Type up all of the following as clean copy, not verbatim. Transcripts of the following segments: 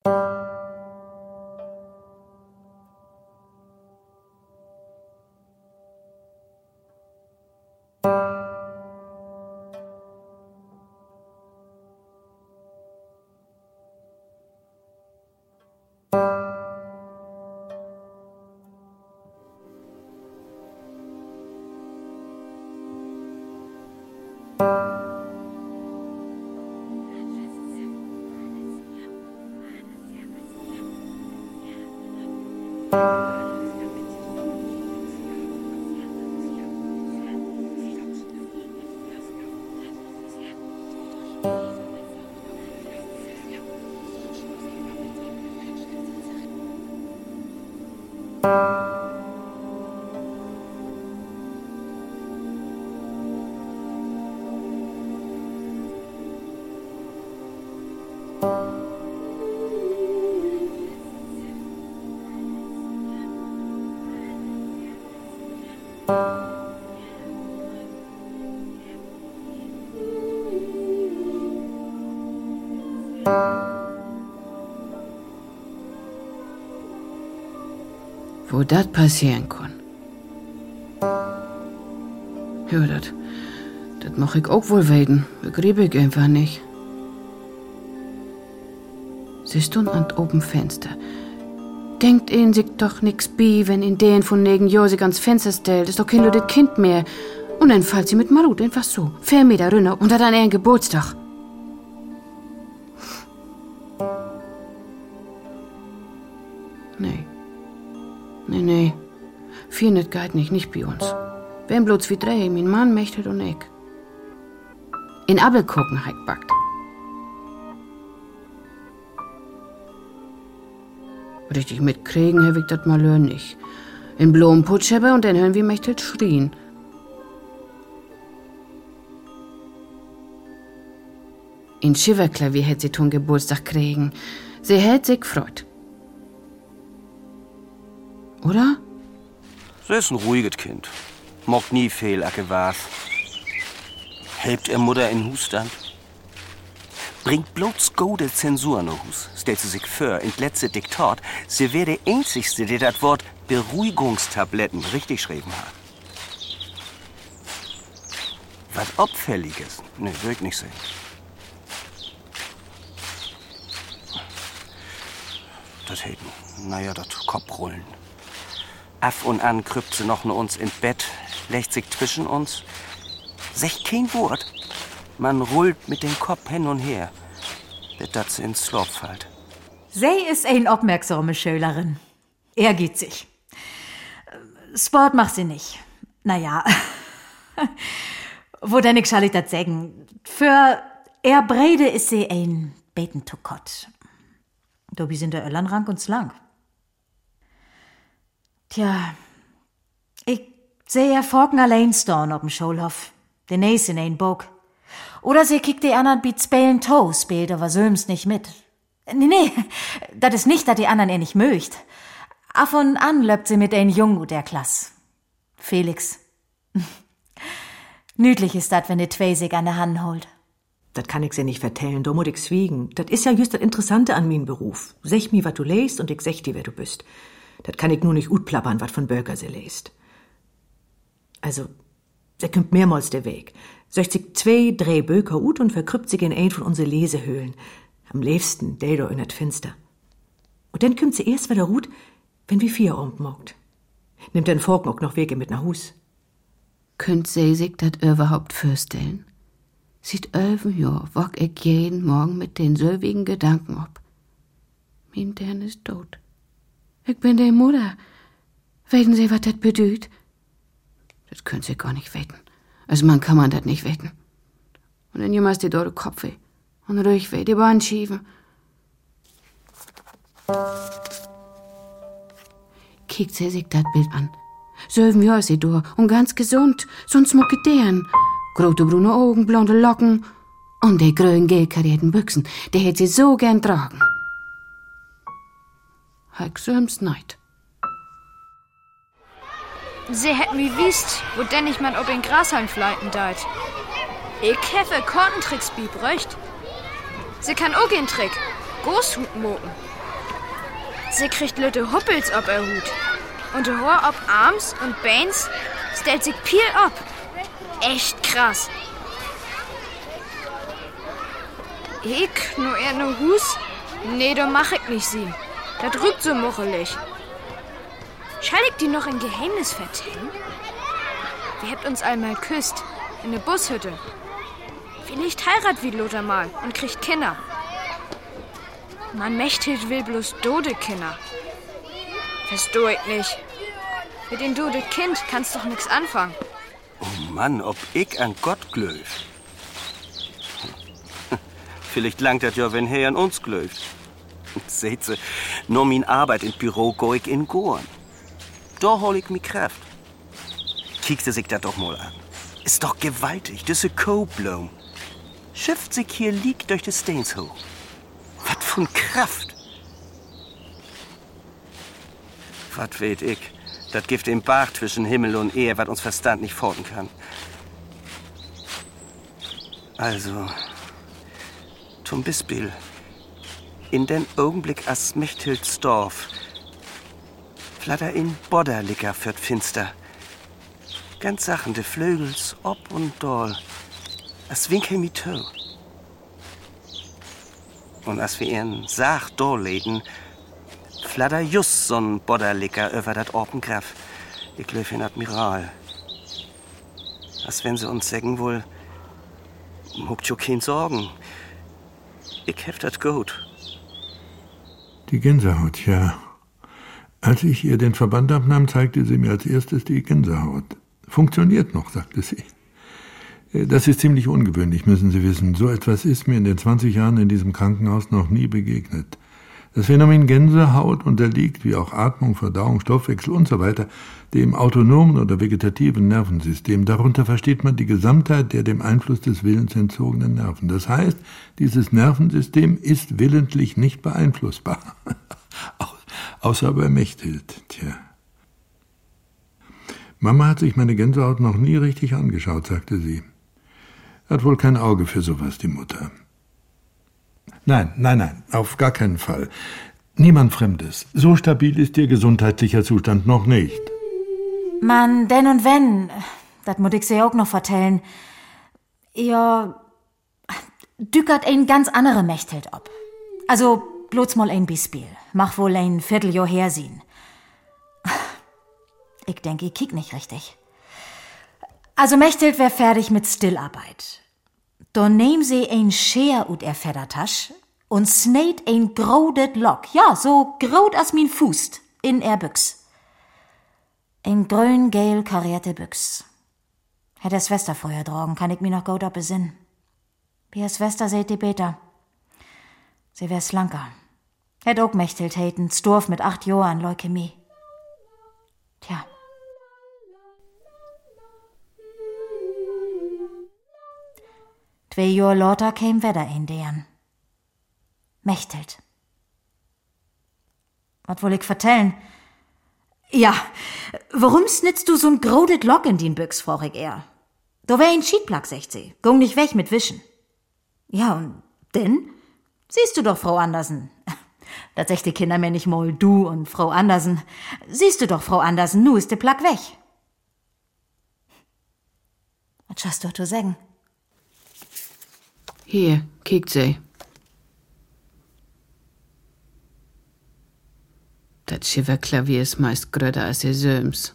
Wo das passieren kann. Ja, das mach ich auch wohl weten. Begrieb ich einfach nicht. Sie stund an d oben Fenster. Denkt ihn sich doch nix bi, wenn in den von negen Jahr sich ans Fenster stellt. Ist doch kein lüdet Kind mehr. Und dann fällt sie mit Marut einfach so. 4 Meter runter und hat dann ihren Geburtstag. Nee. 400 geht nicht bei uns. Wenn bloß wie 3, mein Mann, Mechtet und ich. In Apfelkuchen hat backt. Richtig mitkriegen hab ich das mal nicht. In Blumenputsch habe und dann hören wir Mechtet schrien. In Schieferklavier hätt sie tun Geburtstag kriegen. Sie hätt sich gefreut. Oder? Sie ist ein ruhiges Kind. Mocht nie fehl, was. Helpt ihr Mutter in Husstand? Bringt bloß gute Zensur nach Hus. Stellt sie sich vor, in letzte Diktat, sie wäre der Einzigste, der das Wort Beruhigungstabletten richtig geschrieben hat. Was Auffälliges? Nee, will ich nicht sehen. Das Heten, naja, das Kopfrollen. Af und an krüppt sie noch nur uns ins Bett, legt sich zwischen uns. Sagt kein Wort. Man rollt mit dem Kopf hin und her, bis dat sie ins Schlaf fällt. Sie ist ein aufmerksame Schülerin. Ehrgeizig. Sport macht sie nicht. Naja. Wo denn ich soll ich das sagen? Für er Brede ist sie ein Betentukott. Dobi sind der Öllern rank und slank. Tja, ich sehe ja Forken allein storn auf dem Schulhof. Den nächsten in ein Bock. Oder sie kickt die anderen wie Spelen Toe, spielt aber Söms nicht mit. Nee, das ist nicht, dass die anderen nicht möcht. Af und an löbt sie mit ein Jung und der Klasse. Felix. Nütlich ist das, wenn die zwei sich an der Hand holt. Das kann ich sie nicht vertellen, da muss ich schwiegen. Das ist ja just das Interessante an meinem Beruf. Sech mi, wat du lest und ich sech dir, wer du bist. Das kann ich nur nicht gut plappern, wat von Böker sie lest. Also, der kommt mehrmals der Weg. Söcht sich 2, 3 Böker ut und verkrüppt sich in ein von unsere Lesehöhlen. Am liebsten, der da in das Finster. Und dann kommt sie erst wieder gut, wenn wir 4 mockt. Nimmt den Forken auch noch Wege mit nach Hus. Könnt sie sich das überhaupt vorstellen? Sieht 11 Jahr wach ich jeden Morgen mit den selbigen Gedanken ab. Mein Dern ist tot. Ich bin der Mutter. Weten Sie, was das bedeutet? Das können Sie gar nicht weten. Als Mann kann man das nicht weten. Und dann jemals die dort der Kopf weh. Und Rüchweh, die Bahn schieben. Kickt sie sich das Bild an. 7 Jahre ist sie da und ganz gesund, sonst Mokedären. Grote brune Augen, blonde Locken und die grünen gelkarierten Büchsen, die hätt sie so gern tragen. Heik söms neid. Sie hätt mir wisst, wo denn ich man ob in Grashalm fleiten deit. Ich heffe Kortentricks bi bräucht. Sie kann auch den Trick. Goshut moken. Sie kriegt Lütte Huppels ob er Hut. Und der Haar ob Arms und Beins stellt sich viel ab. Echt krass. Ich nur eher ne Hus? Nee, da mach ich nicht sie. Das rückt so muchelig. Schall ich die noch ein Geheimnis vertellen? Wir habt uns einmal küsst. In der Bushütte. Vielleicht heirat wie Lothar mal und kriegt Kinder. Man Mechthild will bloß dode Kinder. Versteh ich nicht. Mit dem dode Kind kannst doch nix anfangen. Oh Mann, ob ich an Gott glöf. Vielleicht langt das ja, wenn Herr an uns glöft. Seht sie, nur min Arbeit im Büro go ich in Gorn. Da hol ich mi Kraft. Kiekte sich das doch mal an. Ist doch gewaltig, diese Kohlblum. Schifft sich hier liegt durch die Steins hoch. Was von Kraft. Was weet ich? Das gibt im Bach zwischen Himmel und Erde, was uns Verstand nicht forten kann. Also, zum Beispiel, in den Augenblick as Mechthilds Dorf, flatter in Bodderlicker fürt finster. Ganz Sachen de Flügels, ob und doll, as winkel mi tö. Und as wir ihren Sach dolleten, flatter just so'n Bodderlicker über dat Orpengraf. Ich löf in Admiral. As wenn sie uns sägen wohl, muckt jo kein Sorgen. Ich hef dat gut. Die Gänsehaut, ja. Als ich ihr den Verband abnahm, zeigte sie mir als erstes die Gänsehaut. Funktioniert noch, sagte sie. Das ist ziemlich ungewöhnlich, müssen Sie wissen. So etwas ist mir in den 20 Jahren in diesem Krankenhaus noch nie begegnet. Das Phänomen Gänsehaut unterliegt, wie auch Atmung, Verdauung, Stoffwechsel und so weiter, dem autonomen oder vegetativen Nervensystem. Darunter versteht man die Gesamtheit der dem Einfluss des Willens entzogenen Nerven. Das heißt, dieses Nervensystem ist willentlich nicht beeinflussbar. Außer bei Mechthild, tja. Mama hat sich meine Gänsehaut noch nie richtig angeschaut, sagte sie. Hat wohl kein Auge für sowas, die Mutter. Nein, auf gar keinen Fall. Niemand Fremdes. So stabil ist ihr gesundheitlicher Zustand noch nicht. Mann, denn und wenn, das muss ich sie auch noch vertellen, ihr dückert ein ganz andere Mechthild ab. Also bloß mal ein Beispiel. Mach wohl ein Vierteljahr hersehen. Ich denke, ich kiek nicht richtig. Also Mechthild wär fertig mit Stillarbeit. Dann nehm sie ein Scher ut er Federtasch und sneit ein grodet Lock. Ja, so grot as min Fuß in er Büchs. Ein grün-gel karierte Büchs. Hätt er Schwester vorher drogen, kann ich mi noch gut besinnen. Wie er Schwester seht die Peter. Sie wär slanker. Hätt auch Mechthild häten, Storf mit 8 Jahren an Leukämie. Tja. Zwei Jahr lauter käm Wetter in deren. Mechthild. Was woll ich vertellen? Ja, warum snitzt du so'n grodet Lock in den Büchs, frag ich eher? Da wär ein Schiedplack, sagt sie. Gung nicht weg mit Wischen. Ja, und denn? Siehst du doch, Frau Andersen. Das sagt die Kinder mir nicht mal du und Frau Andersen. Siehst du doch, Frau Andersen, nu ist der Plack weg. Was hast du zu sagen? Hier, kiekt sie. Das Schifferklavier ist meist gröder als ihr Söms.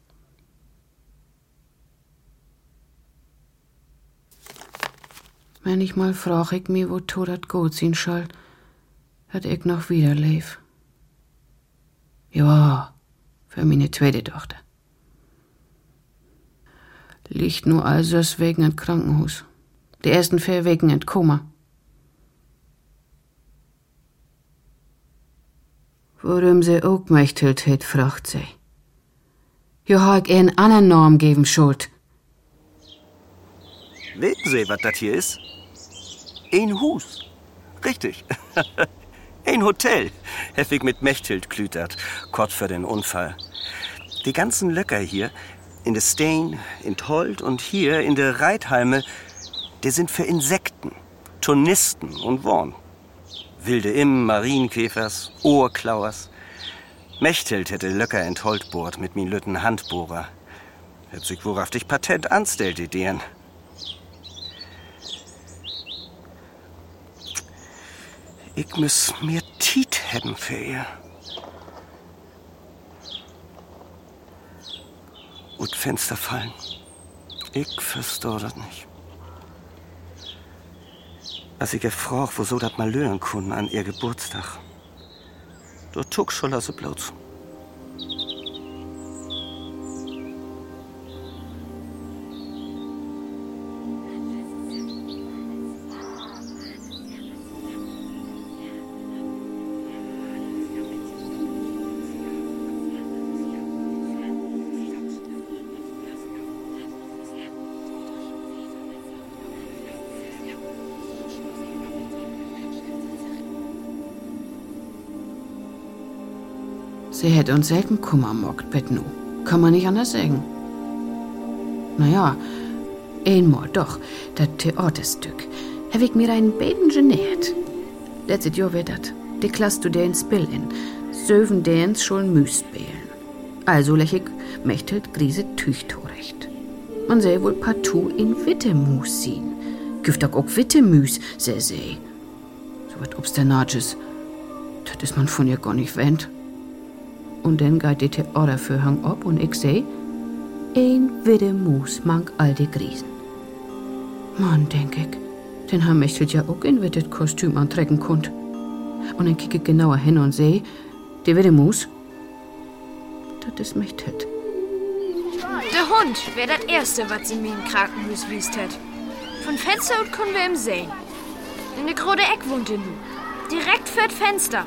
Manchmal frag ich mich, wo dat gut sein soll, dat ich noch wieder leb. Ja, für meine zweite Tochter. Liegt nur also wegen im Krankenhaus. Die ersten 4 Wochen in Koma. Worum sie auch Mechthild hat, fragt sie. Jo ha ich einen anderen Namen geben schuld. Wissen Sie, was das hier ist? Ein Hus. Richtig. Ein Hotel. Heftig mit Mechthild klütert. Kurz für den Unfall. Die ganzen Löcker hier, in der Stein, in Holt und hier in der Reithalme, die sind für Insekten, Turnisten und Worn. wilde Immen, Marienkäfers, Ohrklauers. Mechthild hätte Löcker entholt bohrt mit min lütten Handbohrer. Hätt sich wahrhaftig Patent anstellt, die deren. Ich muss mir Tiet haben für ihr. Und Fenster fallen. Ich versteh das nicht. Als ich gefragt, wo so dat mal lören können an ihr Geburtstag. Du tuck schon also bloß. Sie hätte uns selten Kummer mockt, Bettnu. Kann man nicht anders sagen. Naja, einmal doch, das Theaterstück. Hab ich mir einen Beten genährt. Letztes Jahr wird dat. Die Klasse du ins Spill in. 7 Däns schon müst bälen. Also lech ich Mechthild Grise Tüchtorecht. Man sähe wohl partout in Wittemus sehen. Güft auch Wittemüs, säh. So wat Obsternatges. Das ist man von ihr gar nicht wendt. Und dann geht die Theatervorhang ab und ich seh, ein Wittemus mang all die Griesen. Mann, denk ich, den haben Mechthild ja auch ein wittet Kostüm antrecken konnt. Und dann kick ich genauer hin und seh, die Wittemus, das ist Mechthild. Der Hund wär das Erste, was sie mir im Krankenhaus wiest hat. Von Fenster aus können wir ihm sehen. In der große Eck wohnt er nu. Direkt für das Fenster.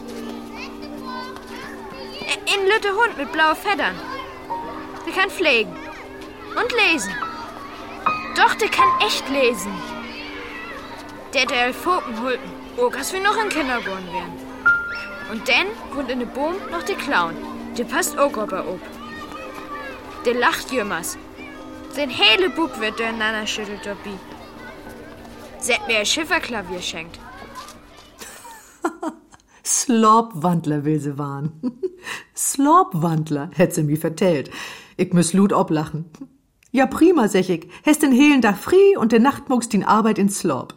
Ein lütte Hund mit blauen Federn. Der kann pflegen. Und lesen. Doch, der kann echt lesen. Der Pfoten hulpen. Oh, als wir noch in Kindergarten wären. Und dann wohnt in dem Baum noch der Clown. Der passt auch aber ob. Der lacht jümmers. Sein hele Bub wird durcheinander schüttelt dabei. Sie hat mir ein Schifferklavier schenkt. Slopwandler will sie waren. Slopwandler, hätt sie mir vertellt. Ich müss Lut oblachen. Ja prima, sech ich. Hast den helen Tag fri und de Nacht muckst din Arbeit in Slop.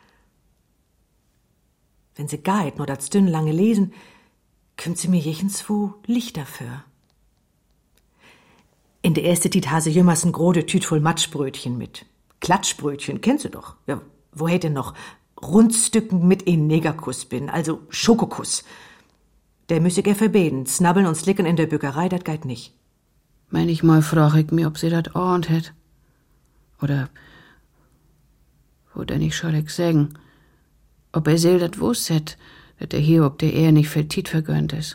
Wenn sie geht, nur dat Stünn lange lesen, kümmt sie mir jechens wo Lichter für. In der erste Tit hase jümmers n grode Tüt voll Matschbrötchen mit. Klatschbrötchen, kennst du doch. Ja, wo hätt denn noch? Rundstücken mit in Negerkuss bin, also Schokokuss. Der müsse er verbeten, snabbeln und slicken in der Bäckerei, dat geht nicht. Manchmal frag ich mir, ob sie dat ordent hätt. Oder, wo denn ich soll ich sagen, ob seel dat wusst hätt, dat hier ob der nicht für Tiet vergönnt is.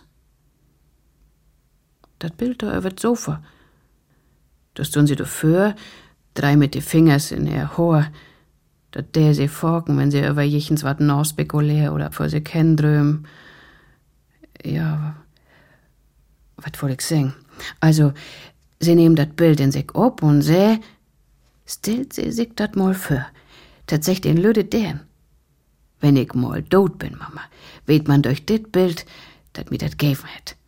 Dat Bild da über das Sofa. Das tun sie dafür, 3 mit de Fingers in ihr Haar, dat der sie forken, wenn sie über jechens wat nachspekulär oder vor sie kennen drömen. Ja, wat wollt ich sagen? Also, sie nehmen dat Bild in sich ob und sie stellt sie sich dat mal für. Tatsächlich den lüde deren. Wenn ich mal tot bin, Mama, weht man durch dit Bild, dat mir dat geben hätt.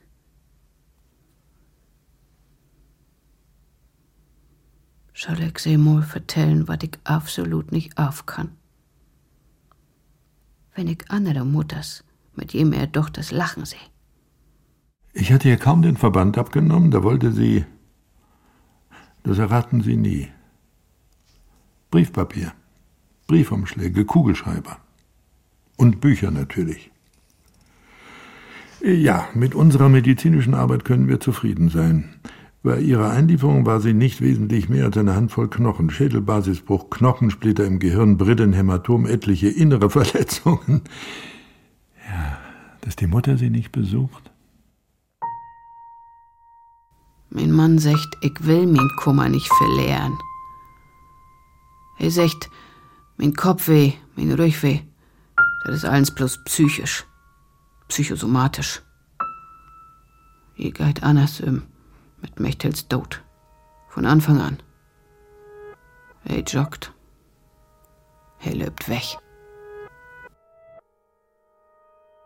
Soll ich sie mal vertellen, was ich absolut nicht auf kann? Wenn ich andere Mutters mit jem er doch das Lachen seh. Ich hatte ihr kaum den Verband abgenommen, da wollte sie, das erraten Sie nie. Briefpapier, Briefumschläge, Kugelschreiber und Bücher natürlich. Ja, mit unserer medizinischen Arbeit können wir zufrieden sein. Bei ihrer Einlieferung war sie nicht wesentlich mehr als eine Handvoll Knochen, Schädelbasisbruch, Knochensplitter im Gehirn, Brillenhämatom, etliche innere Verletzungen. Ja, dass die Mutter sie nicht besucht. Mein Mann sagt, ich will mein Kummer nicht verlieren. Er sagt, mein Kopfweh, mein Rückweh, das ist alles bloß psychisch, psychosomatisch. Ihr geht anders mit Mechtels Tod. Von Anfang an. Er joggt. Er löbt weg.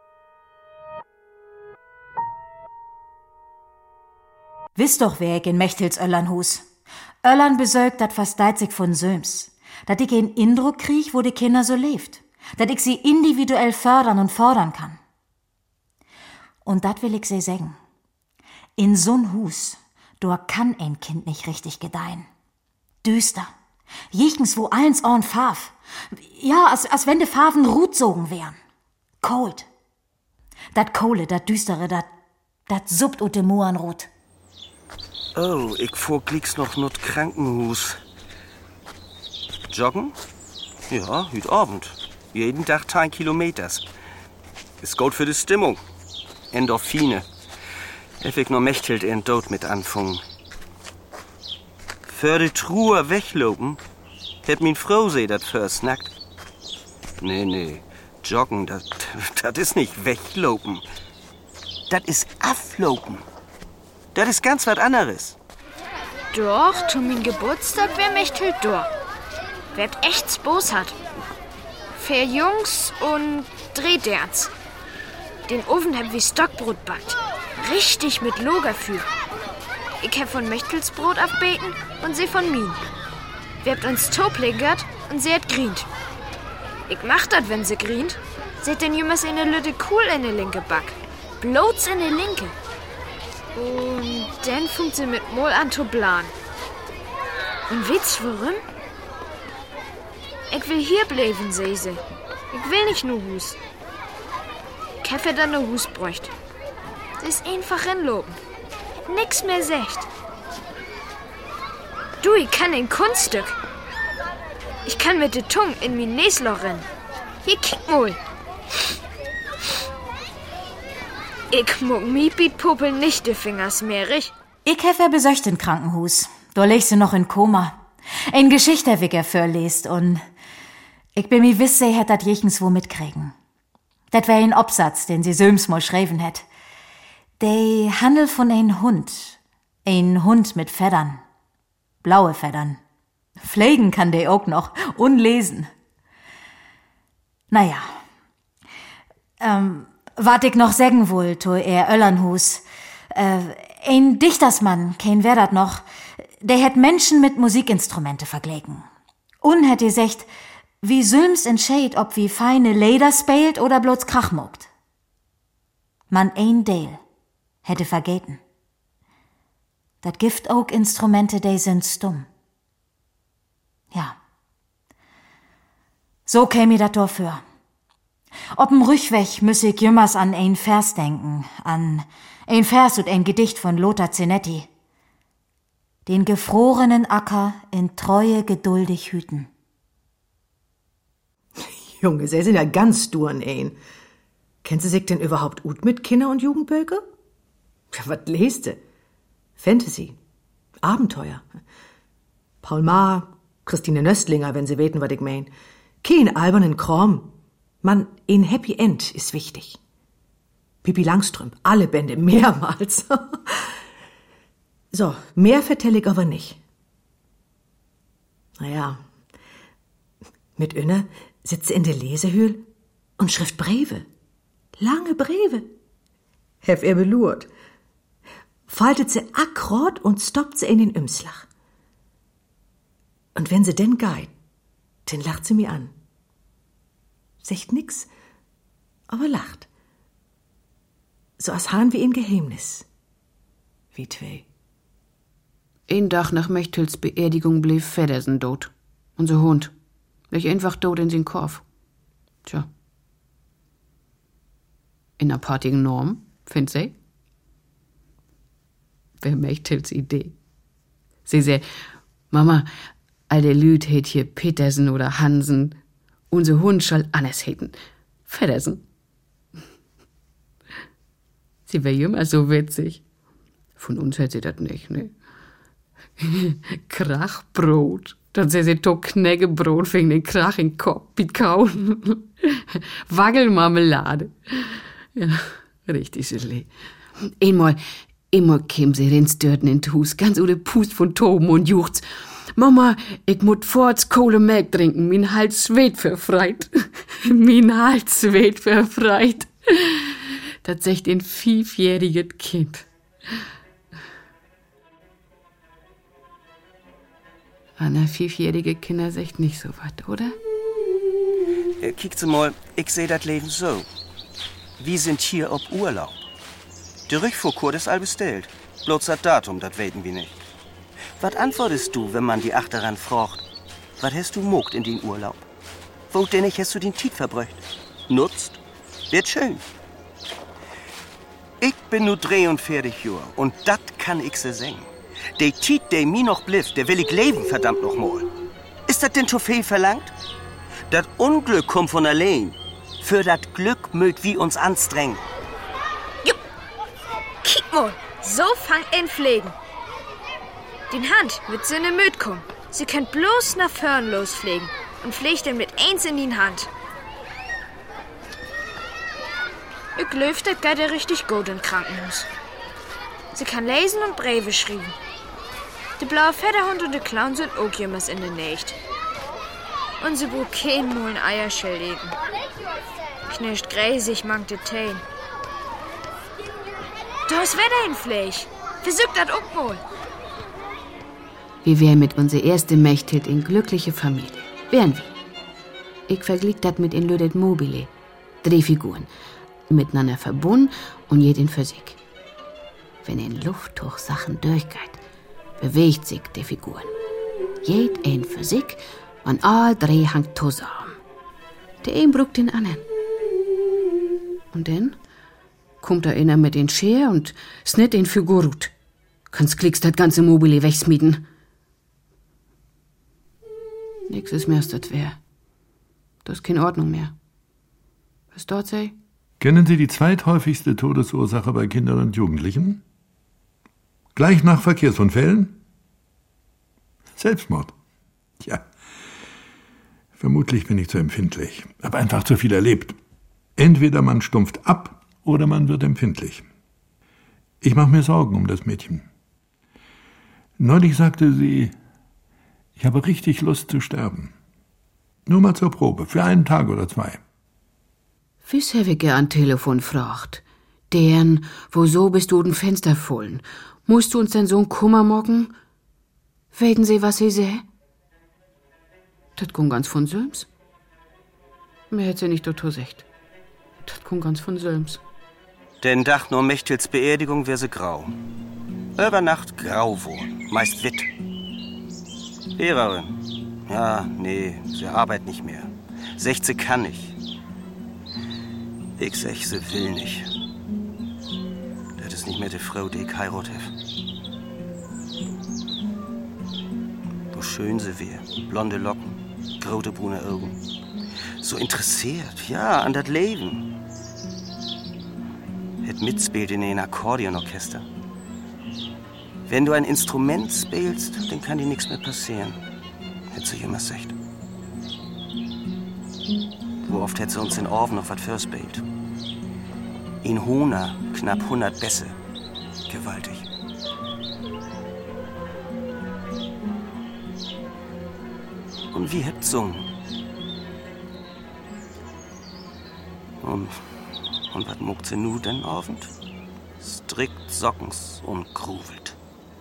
Wisst doch, wer ich in Mechtels Öllern hus. Öllern besögt, dat versteht sich von Söms. Dat ich einen Indruck krieg, wo die Kinder so lebt. Dat ich sie individuell fördern und fordern kann. Und dat will ich sie sagen. In so'n Hus, dort kann ein Kind nicht richtig gedeihen. Düster. Jichens, wo allens orn Farf. Ja, als wenn de Farven rutsogen wären. Cold. Dat Kohle, dat Düstere, dat suppt ut de Mohrenrot. Oh, ich fuhr glicks noch not Krankenhus. Joggen? Ja, heute Abend. Jeden Tag 10 Kilometers. Ist gut für die Stimmung. Endorphine. Effig nur Mechthild ihren Tod mit anfangen. Für die Truhe weglopen, hätt min Frau se dat first nackt. Nee, joggen, dat is nicht weglopen. Dat is aflopen. Dat is ganz was anderes. Doch, zu min Geburtstag wär Mechthild dort. Werd echt Bos hat. Für Jungs und Drehderz. Den Ofen hab wie Stockbrot backt. Richtig mit Logerfühl. Ich hab von Mechtels Brot abbeten und sie von min. Wir habt uns toplegert und sie hat grient. Ich mach dat, wenn sie grient. Seht den Jümmers in der Lütte Kuhl in der linke Back. Bloß in der linke. Und dann funkt sie mit Mol an to Plan. Und wisst warum? Ich will hier bleiben, seh sie. Ich will nicht nur Hus. Ich hab dann nur Hus bräucht. Sie ist einfach inloben. Nix mehr secht. Du, ich kann ein Kunststück. Ich kann mit der Tung in mein Näsloch rennen. Hier, kick mal. Ich muck mi Bietpuppel nicht die Fingers mehrig. Ich hef besöcht in Krankenhus. Da leg sie noch in Koma. Ein Geschichte hab ich verlest und ich bin mir wiss, sie hätt dat jechens wo mitkriegen. Dat wär ein Obsatz, den sie Söms mal schreiben hätt. Der handelt von ein Hund. Ein Hund mit Federn. Blaue Federn. Pflegen kann der auch noch. Und lesen. Naja. Wat ich noch sagen wollt, Öllernhus. Ein Dichtersmann, kein wer dat noch, der hätt Menschen mit Musikinstrumente verglichen. Und hätt gesagt, wie Söms entscheid, ob wie feine Leder spielt oder bloß Krach muckt. Man ein Deel hätte vergeten. Dat Gift auch Instrumente, die sind stumm. Ja. So käme ich dat dafür. Ob'm Rückweg müsse ich jümmers an ein Vers denken, an ein Vers und ein Gedicht von Lothar Zenetti. Den gefrorenen Acker in Treue geduldig hüten. Junge, sie sind ja ganz duren ein. Kennt sie sich denn überhaupt gut mit Kinder- und Jugendböcke? Ja, was lest sie? Fantasy. Abenteuer. Paul Maar, Christine Nöstlinger, wenn sie weten, was ich mein. Kein albernen Kram. Man, ein Happy End ist wichtig. Pippi Langström, alle Bände, mehrmals. So, mehr vertell ich aber nicht. Naja, mit Önne sitzt sie in der Lesehöhl und schrift Briefe. Lange Briefe. Hef er belurt. Faltet sie akkurat und stoppt sie in den Ümslach. Und wenn sie denn geht, dann lacht sie mir an. Sagt nix, aber lacht. So als hahn wie ein Geheimnis. Wie zwei. Ein Tag nach Mechtels Beerdigung blieb Feddersen tot. Unser Hund. Leg einfach tot in den Korf. Tja. In einer partigen Norm, find sie? Wär Mechtels Idee. Sie seh, Mama, all der Lüd hätt hier Petersen oder Hansen. Unser Hund soll anders hätten. Feddersen. Sie wär immer so witzig. Von uns hätt sie dat nicht, ne? Krachbrot. Dann seh sie to Knäckebrot wegen den Krach in Kopf, mit kauen. Waggelmarmelade. Ja, richtig Gelee. Einmal käm sie ins Dörten in Hus, ganz ohne Pust von Toben und Juchz. Mama, ich mut forts Kohle Melk trinken, min Hals weht verfreit. Min Hals weht verfreit. Das sagt ein 5-jähriges Kind. Anna 5-jährige Kinder sagt nicht so was, oder? Kiekt Sie mal, ich seh das Leben so. Wir sind hier ob Urlaub. Der Rückfuhrkurs ist all bestellt. Bloß das Datum, das weten wir nicht. Was antwortest du, wenn man die Achteran fragt? Was hast du mogt in den Urlaub? Wo denn nicht hast du den Tiet verbrücht? Nutzt? Wird schön. Ich bin nur 43 Jahre und dat kann ich se singen. De Tiet, de mi noch bliff, der will ich leben, verdammt noch mal. Ist das denn zu viel verlangt? Das Unglück kommt von allein. Für das Glück mögt wir uns anstrengen. Jupp. Kick mal, so fang en pflegen. Den Hand wird sie in ne Müd kommen. Sie könnt bloß nach vorn lospflegen und pflegt den mit eins in die Hand. Ich glaub, das geht ja richtig gut im Krankenhaus. Sie kann lesen und Briefe schreiben. Der blaue Federhund und der Clown sind auch jemals in der Nächt. Und sie braucht kein Mal ein Eierschell legen. Knirscht gräsig mangt der Tein. Du hast Wetter in Fleisch. Versuch das auch mal. Wir wären mit unserer ersten Mechthild in glückliche Familie. Wären wir. Ich verglich das mit in Lödet Mobile. 3 Figuren. Miteinander verbunden und jeden für sich. Wenn in Lufttuch Sachen durchgeht, bewegt sich die Figuren. Jed ein für sich und all 3 hangt zusammen. Der ein brucht den anderen. Und dann kommt da einer mit den Scher und snitt den Figur gut. Kannst klickst das ganze Mobile wegsmieden. Nix ist mehr, als das wär. Das ist keine Ordnung mehr. Was dort sei? Kennen Sie die zweithäufigste Todesursache bei Kindern und Jugendlichen? Gleich nach Verkehrsunfällen? Selbstmord. Tja, vermutlich bin ich zu empfindlich, aber einfach zu viel erlebt. Entweder man stumpft ab oder man wird empfindlich. Ich mache mir Sorgen um das Mädchen. Neulich sagte sie, ich habe richtig Lust zu sterben. Nur mal zur Probe, für einen Tag oder 2. Wie's habe ich an Telefon fragt? Deren, wo so bist du den Fenster vollen? Musst du uns denn so'n Kummer mocken? Weten Sie, was sie seh? Das kommt ganz von Söms. Mir hätt sie nicht dazu gesagt. Das kommt ganz von Söms. Den Dach nur Mechtels Beerdigung wär sie grau. Über Nacht grau wohn, meist witt. Lehrerin. Ja, nee, sie arbeitet nicht mehr. 16 kann nicht. Ich sag, sie will nicht. Das ist nicht mehr die Frau, die ich heirat hef. Wo schön sie wär. Blonde Locken, grote brune Augen. So interessiert, ja, an das Leben. Het mitspielt in ein Akkordeonorchester. Wenn du ein Instrument spielst, dann kann dir nichts mehr passieren. Hätt sie immer gesagt. Wo oft hätt sie uns in Orven auf was vorspielt. In Hona knapp 100 Bässe. Gewaltig. Und wie hebt sungen. Und was muckt sie nu denn Abend? Strickt Sockens und gruvelt.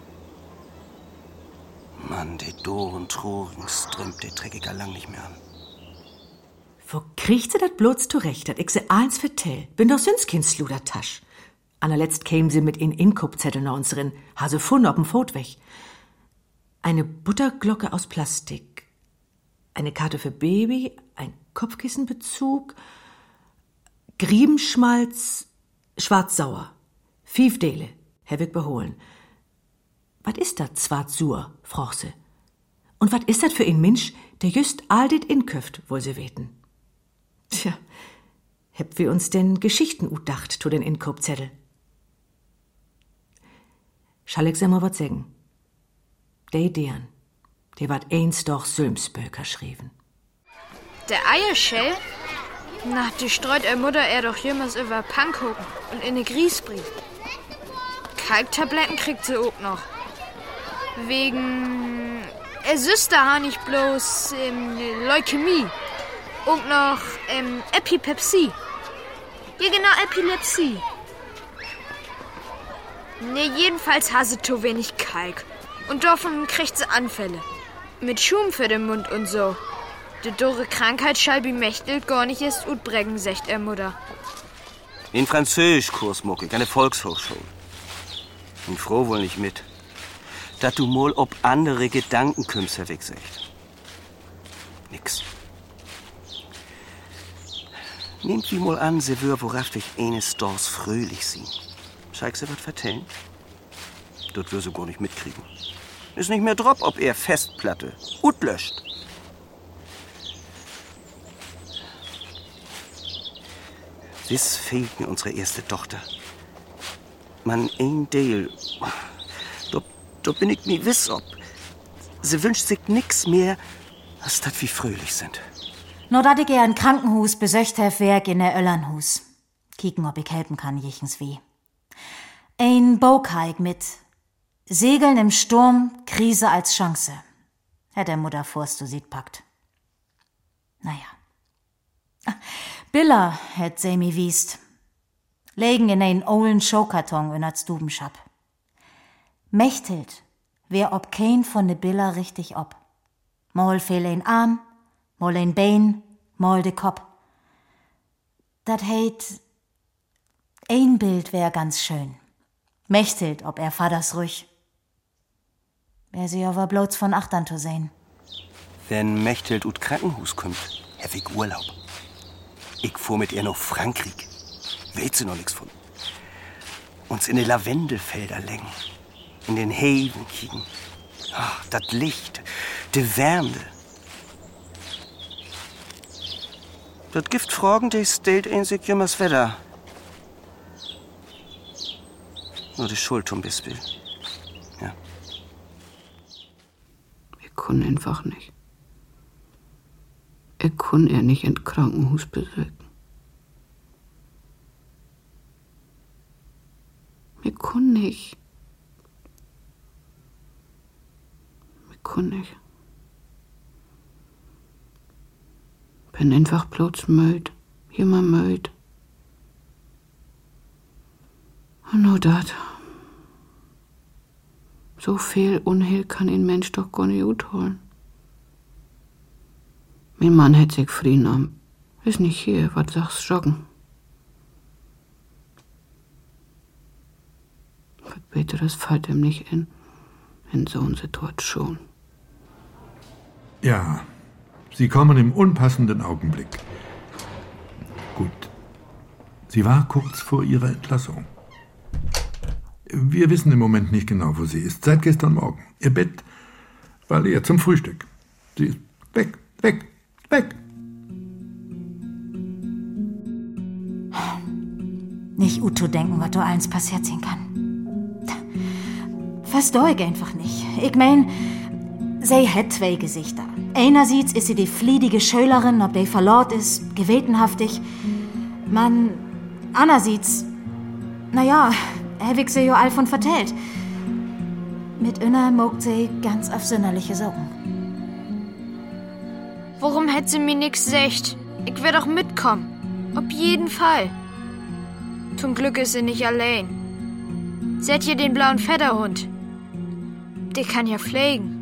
Mann, die doren Trogen strömt die Dreckiger lang nicht mehr an. Wo kriegt sie dat bloß zurecht, dat ich se eins vertell? Bin doch sonst kein Sludertasch. Allerletzt kämen sie mit in Inkopfzettel nach uns rin, hase fun ob'm Fot weg. Eine Butterglocke aus Plastik, eine Karte für Baby, ein Kopfkissenbezug, Griebenschmalz, schwarz-sauer, 5 Dele, hab ich beholen. Was ist dat Zwartsur, froch se? Und was ist dat für ein Mensch, der just all dit inköft, wohl sie weten? Tja, heb wir uns denn Geschichten utdacht, tu den Inkopfzettel? Schall ich mal wat sägen? De Ideen, die wat eins doch Sülmsböker schrieben. Der Eierschell? Na, die streut Mutter doch jemals über Pannkuchen und in ne Grießbrief. Kalktabletten kriegt sie auch noch. Wegen Süster han ich bloß Leukämie und noch Epipepsie. Ja genau, Epilepsie. Ne, jedenfalls hat sie zu wenig Kalk und davon kriegt sie Anfälle. Mit Schum für den Mund und so. Die dürre Krankheit schall wie Mechtelt gar nicht erst utbrechen, sagt er Mutter. In Französischkurs muck ich, eine Volkshochschule. Und froh wohl nicht mit, dass du mal ob andere Gedanken kümmst, Herr Wick sagt. Nix. Nehmt wie mal an, sie wür wahrhaftig eines Dors fröhlich sein. Scheig sie was vertellen? Dort wir sie gar nicht mitkriegen. Ist nicht mehr drop, ob er Festplatte gut löscht. Sis fehlt mir unsere erste Tochter. Man, ein Dale. Da bin ich nie wiss, ob. Sie wünscht sich nix mehr, als dat wie fröhlich sind. Nur dat ich ihr ein Krankenhus besöcht hef, werk in der Öllernhus. Kicken, ob ich helfen kann, jichens wie. Ein Bokaig mit. Segeln im Sturm, Krise als Chance. Hätt der Mutter vorst du sieht packt. Naja. Billa hätt sie mi wiest. Legen in ein ollen Showkarton in als Stubenschap. Mechtelt, wer ob kein von de Billa richtig ob. Mal fehl ein Arm, mal ein Bein, mal de Kopf. Dat heit ein Bild wär ganz schön. Mechtelt, ob er Vaders ruhig. Wär sie aber bloß von Achtern zu sehen. Wenn Mechtelt ut Krankenhus kommt, hab ich Urlaub. Ich fuhr mit ihr nach Frankreich. Weet sie noch nix von. Uns in die Lavendelfelder längen. In den Heven kicken. Ach, das Licht, die Wärme. Das Gift fragen, das stellt ein sich jümmers Wetter. Nur die Schuld zum Beispiel. Ja. Wir können einfach nicht. Ich kann er nicht ins Krankenhaus besuchen. Wir können nicht. Wir können nicht. Bin einfach bloß müde. Immer müde. Und nur dat. So viel Unheil kann ein Mensch doch gar nicht gut holen. Mein Mann hätt sich frien am. Ist nicht hier, was sagst joggen? Was Besseres fällt ihm nicht in so einer Situation. Ja, Sie kommen im unpassenden Augenblick. Gut. Sie war kurz vor Ihrer Entlassung. Wir wissen im Moment nicht genau, wo sie ist. Seit gestern Morgen. Ihr Bett war leer zum Frühstück. Sie ist weg, weg, weg. Nicht gut zu denken, was du eins passiert sein kann. Versteh ich einfach nicht. Ich mein, sie hat zwei Gesichter. Einerseits ist sie die fliedige Schülerin, ob die verlort ist, gewetenhaftig. Man, andererseits, naja, hab ich sie ja all von vertellt. Mit inner mogt sie ganz auf sonderliche Sorgen. Warum hätt sie mir nix gesagt? Ich wär doch mitkommen. Auf jeden Fall. Zum Glück ist sie nicht allein. Seht ihr den blauen Fedderhund? Der kann ja pflegen.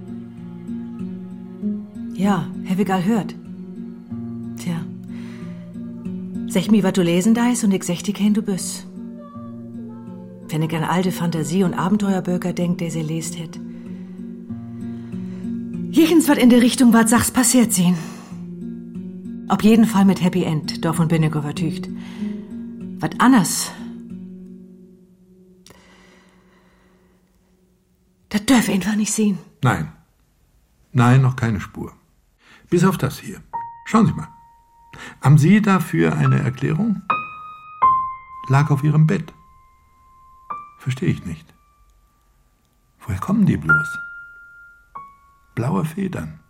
Ja, hab ich all hört. Tja. Sech mi, wat du lesen deis und ich sech dir kein du bist. Wenn ich an alte Fantasie- und Abenteuerböcker denk, der sie lest hätt. Jichens wat in der Richtung wat sachs passiert sehen. Auf jeden Fall mit Happy End, davon bin ich übertücht. Wat anders. Das darf einfach nicht sehen. Nein. Nein, noch keine Spur. Bis auf das hier. Schauen Sie mal. Haben Sie dafür eine Erklärung? Lag auf Ihrem Bett. Verstehe ich nicht. Woher kommen die bloß? Blaue Federn.